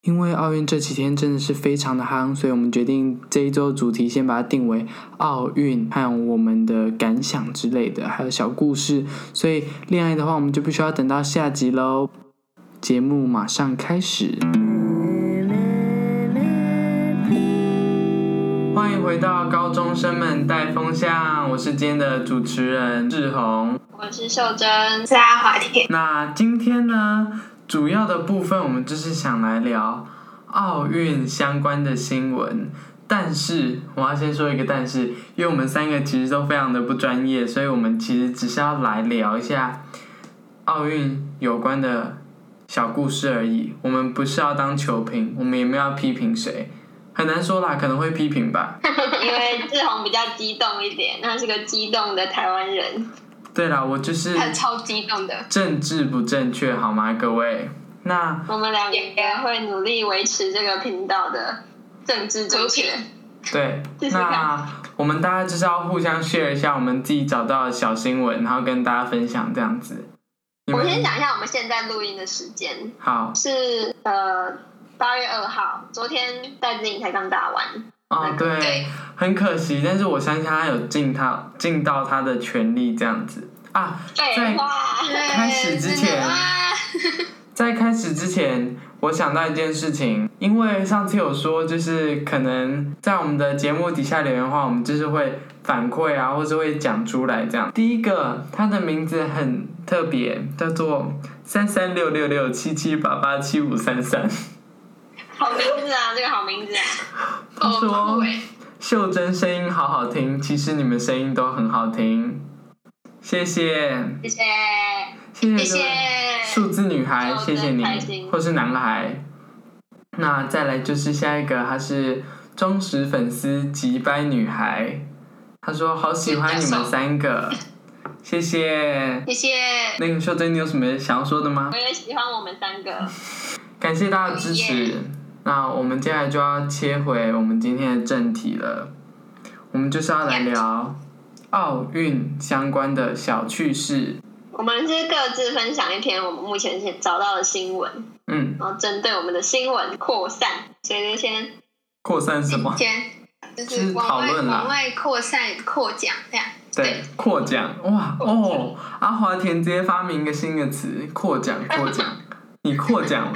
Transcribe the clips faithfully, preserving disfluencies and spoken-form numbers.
因为奥运这几天真的是非常的夯，所以我们决定这一周主题先把它定为奥运和我们的感想之类的，还有小故事。所以恋爱的话，我们就必须要等到下集喽。节目马上开始。欢迎回到高中生们带风向，我是今天的主持人志宏， 我是秀珍，是阿华田。 那今天呢？主要的部分我们就是想来聊奥运相关的新闻，但是我要先说一个但是，因为我们三个其实都非常的不专业，所以我们其实只是要来聊一下奥运有关的小故事而已，我们不是要当球评，我们也没有要批评谁，很难说啦，可能会批评吧。 因为志宏比较激动一点，他是个激动的台湾人。 对啦，我就是他超激动的。 政治不正确好吗，各位？那我们两个会努力维持这个频道的政治正确。 对，那我们大家就是要互相 share 一下我们自己找到的小新闻，然后跟大家分享这样子。 我先讲一下我们现在录音的时间。 好， 是呃八月二号，昨天戴资颖才刚打完。 哦，对，对，很可惜，但是我相信他有尽他尽到他的全力这样子啊。在开始之前，在开始之前，我想到一件事情，因为上次有说，就是可能在我们的节目底下留言的话，我们就是会反馈啊，或者会讲出来这样。第一个，他的名字很特别，叫做三三六六六七七八八七五三三。 好名字啊，这个好名字啊！ 他说：“秀珍声音好好听，其实你们声音都很好听。”谢谢， 谢谢， 谢谢数字女孩，谢谢你，或是男孩。那再来就是下一个，她是忠实粉丝击败女孩，她说好喜欢你们三个，谢谢， 谢谢。 那个秀珍，你有什么想要说的吗？ 我也喜欢我们三个， 感谢大家的支持。那我们接下来就要切回我们今天的正题了，我们就是要来聊奥运相关的小趣事。 我们是各自分享一篇我们目前找到的新闻， 嗯， 然后针对我们的新闻扩散，所以就先扩散什么？ 先就是讨论啦， 往外扩散、扩奖这样。 对，扩奖哇哦！阿华田直接发明一个新的词，扩奖扩奖，你扩奖了。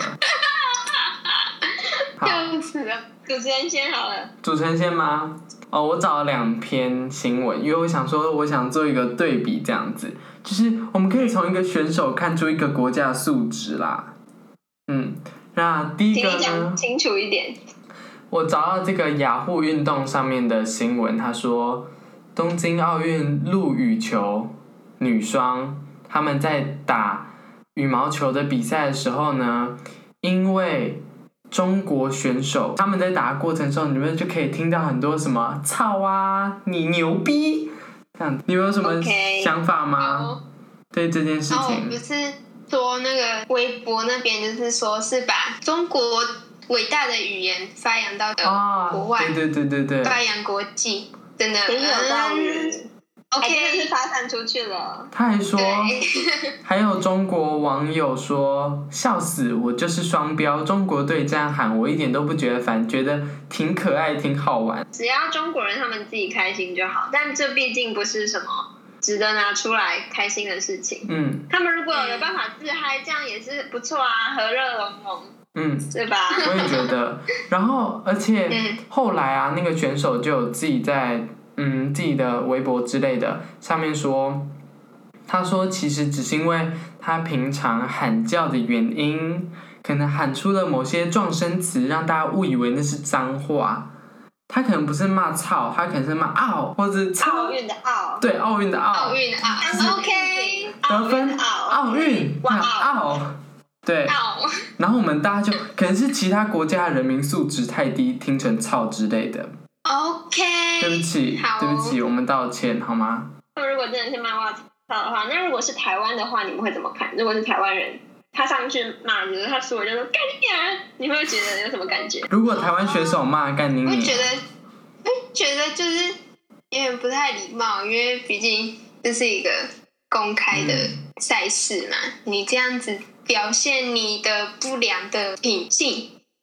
笑死了！ 主持人先好了。 主持人先吗？哦，我找了两篇新闻，因为我想说，我想做一个对比，这样子，就是我们可以从一个选手看出一个国家的素质啦。嗯，那第一个呢？ 请你讲清楚一点。 我找到这个雅虎运动上面的新闻，他说，东京奥运陆羽球女双他们在打羽毛球的比赛的时候呢，因为中国选手他们在打的过程中，你们就可以听到很多什么操啊，你牛逼，这样，你们有什么想法吗？ Okay. 对这件事情？ 哦，不是说那个微博那边就是说是把中国伟大的语言发扬到国外， 哦、对对对对对， 发扬国际，真的很有道理。 嗯 OK， 真的是发散出去了。 他还说，还有中国网友说笑死，我就是双标，中国队这样喊我一点都不觉得烦，觉得挺可爱挺好玩。 只要中国人他们自己开心就好，但这毕竟不是什么值得拿出来开心的事情。 嗯， 他们如果有办法自嗨，这样也是不错啊，和乐融融。 嗯， 对吧？ 我也觉得。然后，而且后来啊，那个选手就有自己在。嗯，自己的微博之类的上面说，他说其实只是因为他平常喊叫的原因，可能喊出了某些撞声词，让大家误以为那是脏话。他可能不是骂操，他可能是骂奥或者奥运的奥， 对，奥运的奥， 奥运的奥 ，OK， 得分奥运，哇奥，对，然后我们大家就可能是其他国家的人民素质太低，听成操之类的。 OK， 对不起，对不起，我们道歉好吗？ 那如果真的是骂哇操的话，那如果是台湾的话，你们会怎么看？如果是台湾人，他上去骂，就是他输了就说干你娘，你会觉得有什么感觉？ 如果台湾选手骂干你娘， 我觉得，我觉得就是有点不太礼貌，因为毕竟这是一个公开的赛事嘛，嗯、你这样子表现你的不良的品性。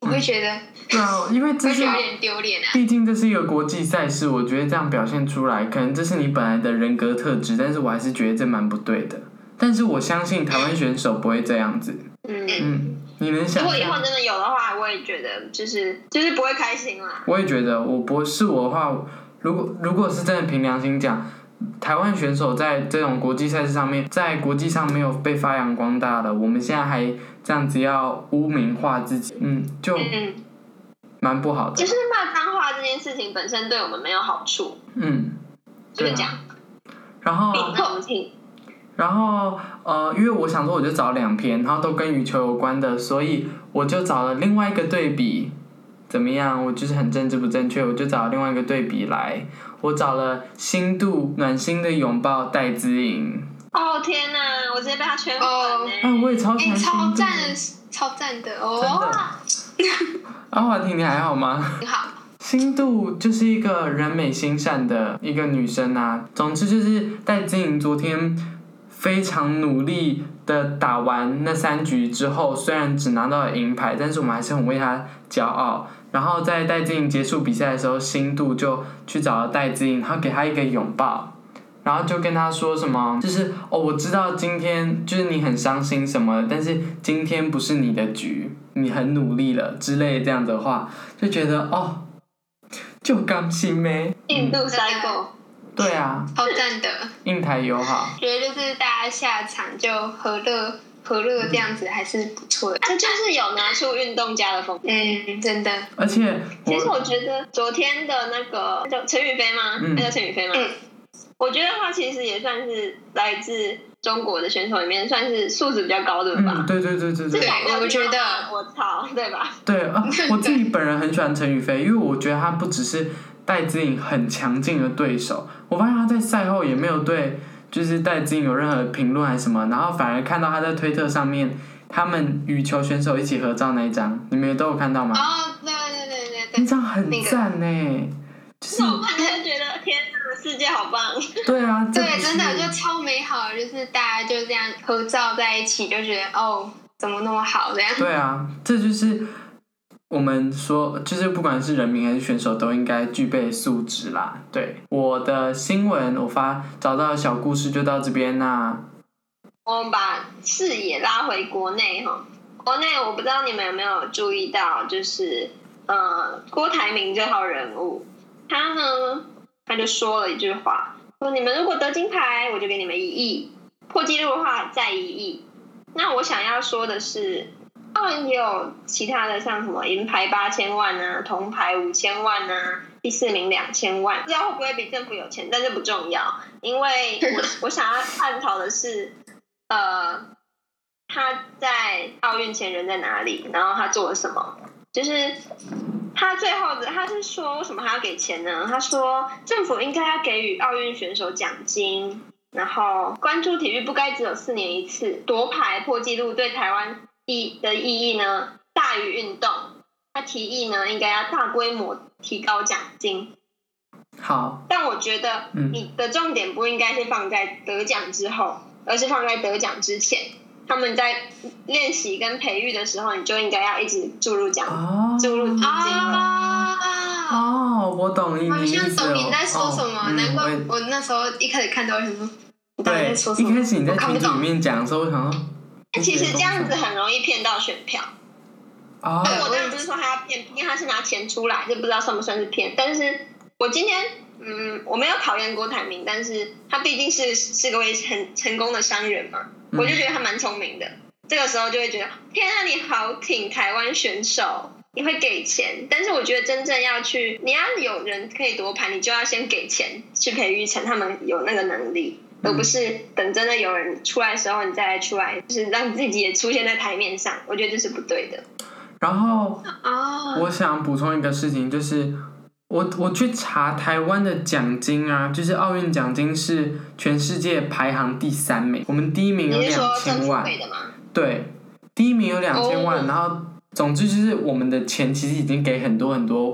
我会觉得， 对啊，因为这是有点丢脸啊。 毕竟这是一个国际赛事，我觉得这样表现出来，可能这是你本来的人格特质，但是我还是觉得这蛮不对的。但是我相信台湾选手不会这样子。嗯嗯，你能想象？ 如果以后真的有的话，我也觉得就是就是不会开心啦。 我也觉得，我不是我的话，如果如果是真的凭良心讲，台湾选手在这种国际赛事上面，在国际上没有被发扬光大的，我们现在还这样子要污名化自己，嗯，就蛮不好的。 其实骂脏话这件事情本身对我们没有好处， 嗯， 就是这样。 然后， 听。 然后呃，因为我想说，我就找两篇，然后都跟羽球有关的，所以我就找了另外一个对比。怎么样？我就是很政治不正确，我就找了另外一个对比来。我找了新度暖心的拥抱戴资颖。 哦天哪！我直接被他圈粉哎、欸！我也超喜欢新度、 欸、超赞的，超赞的哦！ 阿华庭，你还好吗？ 很好。 新度就是一个人美心善的一个女生啊。总之就是戴资颖昨天非常努力的打完那三局之后，虽然只拿到了银牌，但是我们还是很为她骄傲。然后在戴资颖结束比赛的时候，新度就去找了戴资颖，然后给她一个拥抱，然后就跟她说什么，就是哦，我知道今天就是你很伤心什么的，但是今天不是你的局，你很努力了之类的这样的话，就觉得哦，就甘心咩？ 印度塞狗。 对啊。 超赞的。 印台友好。 觉得就是大家下场就和乐。和乐这样子还是不错的， 这就是有拿出运动家的风格。 嗯，真的。 而且， 其实我觉得昨天的那个叫陈雨菲吗？ 嗯、 那叫陈雨菲吗？嗯。我觉得他其实也算是来自中国的选手里面，算是素质比较高的吧。 嗯，对对对对对。 对，我觉得， 我操，对吧？ 对啊，我自己本人很喜欢陈雨菲，因为我觉得他不只是戴资颖很强劲的对手，我发现他在赛后也没有对。就是戴资颖有任何评论还是什么，然后反而看到他在推特上面他们羽球选手一起合照那一张，你们也都有看到吗？ 哦，对对对对对， 那张很赞呢、那個。 就是我看就觉得天哪，世界好棒。 对啊， 对，真的就超美好，就是大家就这样合照在一起，就觉得哦，怎么那么好这样。 对啊，这就是我们说，就是不管是人民还是选手，都应该具备素质啦。对，我的新闻我发找到的小故事就到这边啦。 我们把视野拉回国内哈，国内我不知道你们有没有注意到，就是呃郭台铭这号人物，他呢他就说了一句话，说你们如果得金牌，我就给你们一亿，破纪录的话再一亿。那我想要说的是。当然也有其他的，像什么银牌八千万啊，铜牌五千万啊，第四名两千万，不知道会不会比政府有钱，但这不重要，因为我我想要探讨的是，呃，他在奥运前人在哪里，然后他做了什么，就是他最后的他是说为什么他要给钱呢？他说政府应该要给予奥运选手奖金，然后关注体育不该只有四年一次，夺牌破纪录对台湾意的意义呢大于运动，他提议呢应该要大规模提高奖金。 好， 但我觉得你的重点不应该是放在得奖之后，而是放在得奖之前。他们在练习跟培育的时候，你就应该要一直注入奖， 哦、 注入资金。 哦， 哦，我懂你的意思。好像懂你在说什么， 哦、 难怪我那时候一开始看到，我想说， 对，一开始你在群组里面讲的时候，我想说。 其实这样子很容易骗到选票。 哦。 我当然不是说他要骗，因为他是拿钱出来，就不知道算不算是骗。但是我今天，嗯，我没有讨厌郭台铭，但是他毕竟是是个位很成功的商人嘛，嗯、我就觉得他蛮聪明的。这个时候就会觉得，天啊，你好挺台湾选手，你会给钱。但是我觉得真正要去，你要有人可以夺牌，你就要先给钱去培育成他们有那个能力。而不是等真的有人出来的时候，你再来出来，就是让自己也出现在台面上，我觉得这是不对的。 然后，我想补充一个事情，就是我我去查台湾的奖金啊，就是奥运奖金是全世界排行第三名，我们第一名有两千万。 你是说政府给的吗？ 对，第一名有两千万， oh. 然后总之就是我们的钱其实已经给很多很多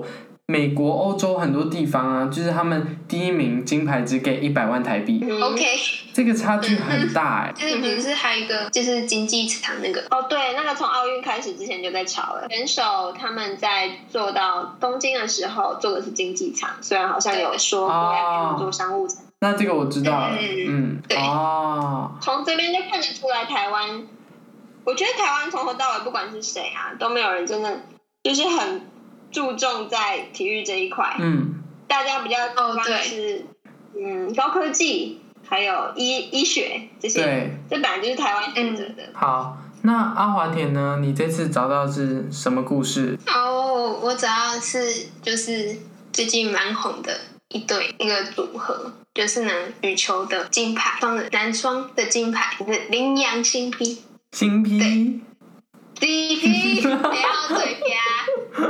美国、欧洲很多地方啊，就是他们第一名金牌只给一百万台币。 嗯、OK， 这个差距很大哎、 欸。就是不是还有一个就是竞技场那个？ 哦，对，那个从奥运开始之前就在吵了。选手他们在做到东京的时候做的是竞技场，虽然好像有说过要做商务场。 那这个我知道了，嗯，嗯对哦。 从这边就看得出来，台湾，我觉得台湾从头到尾不管是谁啊，都没有人真的就是很注重在体育这一块。 嗯， 大家比较关注是、 哦、 嗯高科技，还有医医学这些， 对， 这本来就是台湾选择的。 好，那阿华田呢？你这次找到是什么故事？ 哦，我找到是就是最近蛮红的一对一个组合，就是呢羽球的金牌，双人男双的金牌是羚羊新 P。 新 P。 对。C P， 不要嘴瓢。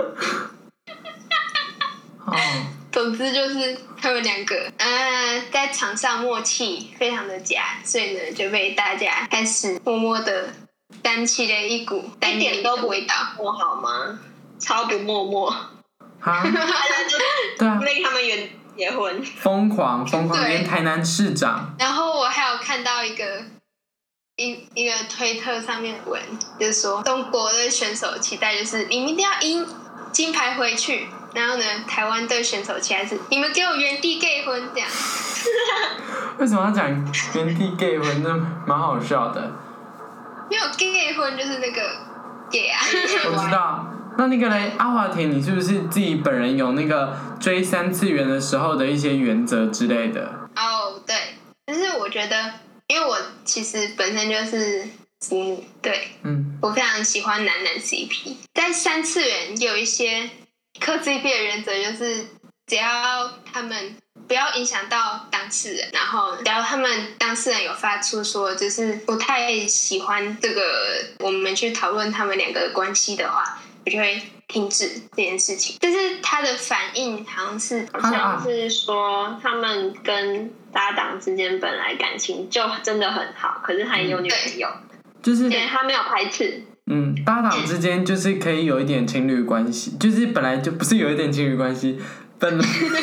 哦。 总之就是他们两个，呃，在场上默契非常的佳，所以呢就被大家开始默默的燃起了一股一点都不味道， 默好吗？超不默默。 哈。 大家就对啊， 令他们原结婚， 疯狂疯狂，连台南市长。 然后我还有看到一个。一一个推特上面的文，就是说中国的选手期待就是你们一定要赢金牌回去，然后呢，台湾队选手期待是你们给我原地结婚这样。 为什么要讲原地结婚？那蛮好笑的。 没有结婚就是那个 gay 啊。 我知道。那那个嘞，阿华田，你是不是自己本人有那个追三次元的时候的一些原则之类的？ 哦，对，但是我觉得。因为我其实本身就是腐女，对， 嗯， 我非常喜欢男男 C P。在三次元有一些磕 C P 的原则，就是只要他们不要影响到当事人，然后只要他们当事人有发出说就是不太喜欢这个，我们去讨论他们两个的关系的话，我就会停止这件事情。但是他的反应好像是好像是说他们跟搭档之间本来感情就真的很好，可是他也有女朋友， 就是他没有排斥。 嗯，搭档之间就是可以有一点情侣关系，就是本来就不是有一点情侣关系，本来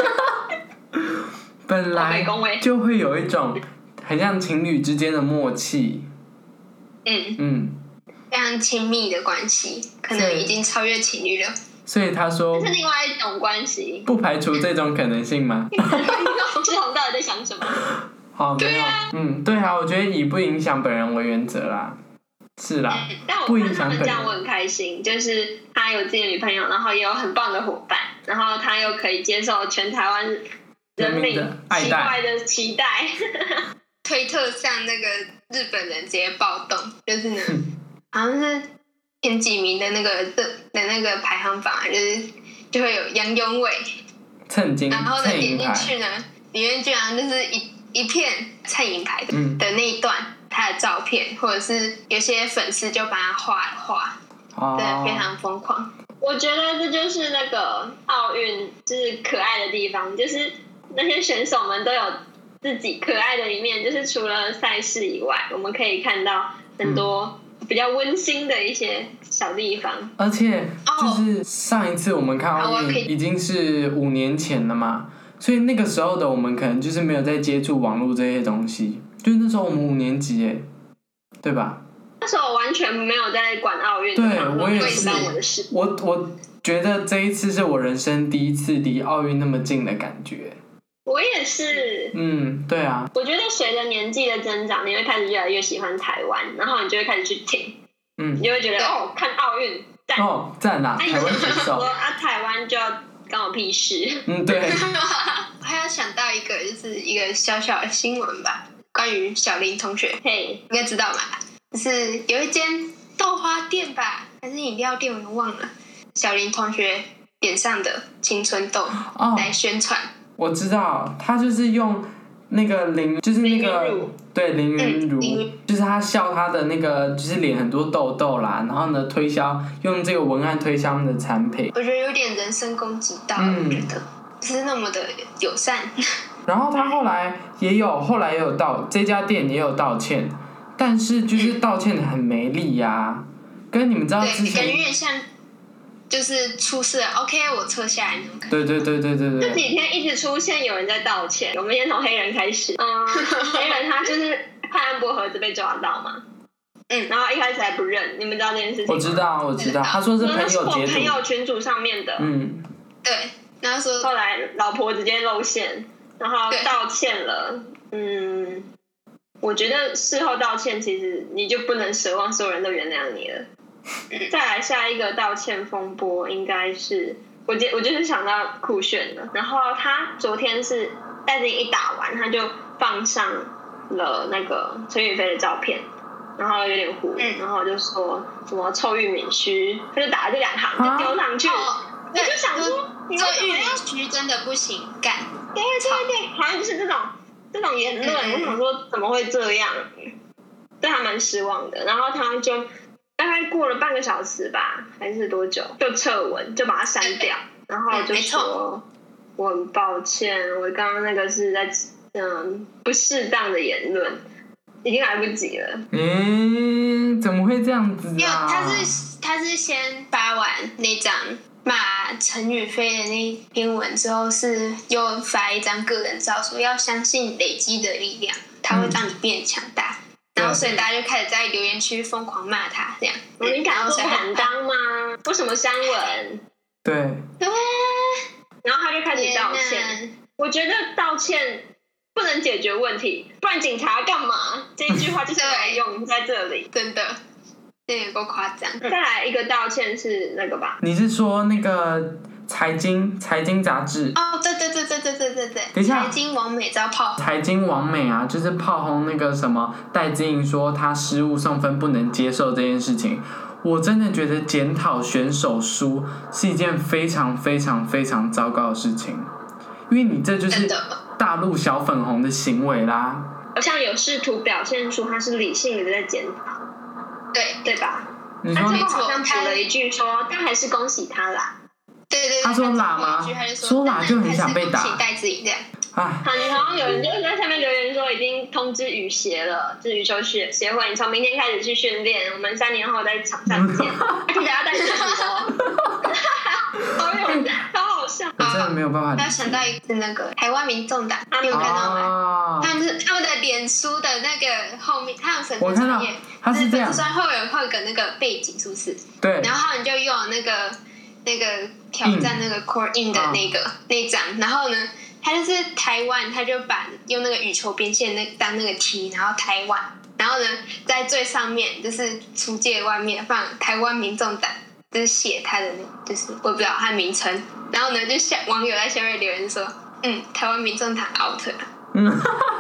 本来就会有一种很像情侣之间的默契。 嗯嗯， 非常亲密的关系，可能已经超越情侣了。 所以他说这是另外一种关系， 不排除这种可能性吗？ 志宏到底在想什么？ 好，没有，啊、嗯，对啊，我觉得以不影响本人为原则啦，是啦， 嗯、但我不影看他们响本人。 这样我很开心，就是他有自己的女朋友，然后也有很棒的伙伴，然后他又可以接受全台湾人民奇怪的期待。 推特上那个日本人直接暴动，就是呢，好像是前几名的那个的的那个排行榜，就是就会有杨永伟蹭金， 然后呢点进去呢，里面居然就是一一片蹭银牌的、嗯、的那一段他的照片，或者是有些粉丝就把他画画， 哦、 真的非常疯狂。 我觉得这就是那个奥运就是可爱的地方，就是那些选手们都有自己可爱的一面，就是除了赛事以外，我们可以看到很多比较温馨的一些小地方。 而且就是上一次我们看奥运已经是五年前了嘛，所以那个时候的我们可能就是没有在接触网络这些东西，就是那时候我们五年级耶，对吧？ 那时候我完全没有在管奥运， 对，我也是。我我觉得这一次是我人生第一次离奥运那么近的感觉。 我也是。 嗯，对啊。 我觉得随着年纪的增长，你会开始越来越喜欢台湾，然后你就会开始去听，嗯，你就会觉得哦，看奥运赞哦赞啊，台湾选手说啊，台湾就要关我屁事。 嗯，对。 我还要想到一个，就是一个小小的新闻吧，关于小林同学， 嘿， 应该知道吧？就是有一间豆花店吧，还是饮料店，我忘了。小林同学点上的青春豆来宣传。哦， 我知道，他就是用那个林，就是那个对林云如、嗯，就是他笑他的那个，就是脸很多痘痘啦，然后呢推销用这个文案推销他们的产品。 我觉得有点人身攻击到，嗯、我觉得不是那么的友善。 然后他后来也有，后来也有道这家店也有道歉。但是就是道歉的很没力呀、啊，跟你们知道之前， 感觉有点像就是出事了 ，OK， 我撤下来那种感觉。 对对对对对对。 这几天一直出现有人在道歉，我们先从黑人开始。嗯，黑人他就是派安博盒子被抓到嘛，嗯，然后一开始还不认，你们知道这件事情吗？ 我知道，我知道，他说是朋友截图， 朋友群组上面的， 嗯， 对，然后说后来老婆直接露馅，然后道歉了，嗯，我觉得事后道歉，其实你就不能奢望所有人都原谅你了。再来下一个道歉风波，应该是我觉我就是想到酷炫了，然后他昨天是戴资颖一打完，他就放上了那个陈宇飞的照片，然后有点糊，嗯、然后就说什么臭玉米须，他就打了这两行就丢上去，哦、我就想说，你说玉米须真的不行干， 对对对，好像就是这种这种言论，嗯、我想说怎么会这样，对他蛮失望的，然后他就。大概过了半个小时吧，还是多久？就撤文，就把它删掉，然后就说我很抱歉，我刚刚那个是在嗯不适当的言论，已经来不及了。 嗯，怎么会这样子啊？ 因为他是他是先发完那张骂陈宇飞的那篇文之后，是又发一张个人照，说要相信累积的力量，它会让你变强大。嗯，然后，所以大家就开始在留言区疯狂骂他，这样。 你敢说不敢当吗？为什么删文？ 对。 对。 然后他就开始道歉。我觉得道歉不能解决问题，不然警察干嘛？这一句话就是来用在这里。 真的，这有够夸张。 再来一个道歉是那个吧？ 你是说那个？财经财经杂志哦，对对对对对对对对， 等一下， 财经王美在炮财经王美啊，就是炮轰那个什么戴资颖说他失误送分不能接受这件事情，我真的觉得检讨选手输是一件非常非常非常糟糕的事情，因为你这就是大陆小粉红的行为啦。 好像有试图表现出他是理性的在检讨，对对吧？ 你说他最后好像补了一句说，但还是恭喜他啦。 对对对， 他说辣吗？说辣就很想被打。 戴资颖这样。 哎， 好，你好像有人就在下面留言说，已经通知羽协了，就是羽球协协会，你从明天开始去训练，我们三年后在场上见。记得要戴手套。好有，超好笑。 我真的没有办法。 他想到一个那个台湾民众党，你有看到吗？他们是他们的脸书的那个后面，他们粉丝专页， 他是这样， 虽然会有会有个那个背景，是不是？ 对。 然后他们就用那个。那个挑战那个 core in 的那个、嗯、那张，然后呢，他就是台湾，他就把用那个羽球边线那当那个 T， 然后台湾，然后呢，在最上面就是出界外面放台湾民众党，就是写他的那，就是我不知道他的名称，然后呢，就下网友在下面留言说，嗯，台湾民众党 out 了。嗯，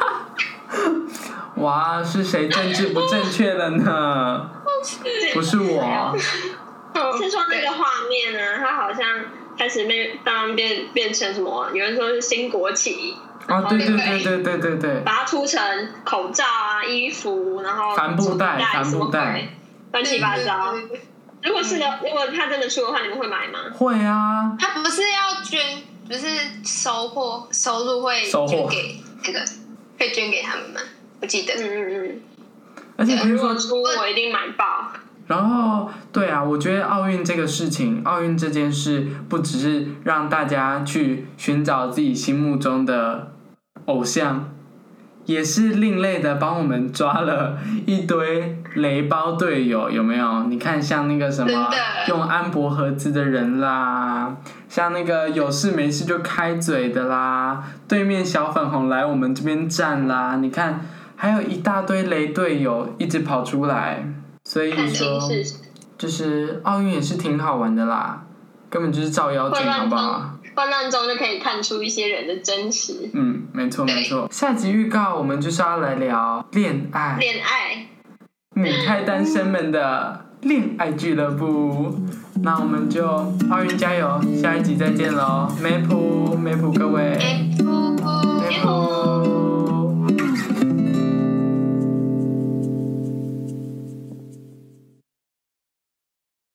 哇，是谁政治不正确了呢？不是我。 是说那个画面呢，它好像开始变，当然变变成什么？有人说是新国旗。 哦，对对对对对对对。 把它涂成口罩啊、衣服，然后帆布袋、帆布袋， 乱七八糟。如果是的，如果他真的出的话，你们会买吗？ 会啊。 他不是要捐，不是收获收入会捐给那个，会捐给他们吗？我记得。嗯嗯嗯。 而且如果出，我一定买爆。 然后，对啊，我觉得奥运这个事情，奥运这件事，不只是让大家去寻找自己心目中的偶像，也是另类的帮我们抓了一堆雷包队友，有没有？你看，像那个什么用安博盒子的人啦，像那个有事没事就开嘴的啦，对面小粉红来我们这边站啦，你看，还有一大堆雷队友一直跑出来。所以说，就是奥运也是挺好玩的啦，根本就是照妖镜，好不好？ 混乱中就可以看出一些人的真实。 嗯，没错没错。下集预告我们就是要来聊恋爱， 恋爱， 母胎单身们的恋爱俱乐部。那我们就奥运加油，下一集再见喽，梅普梅普各位。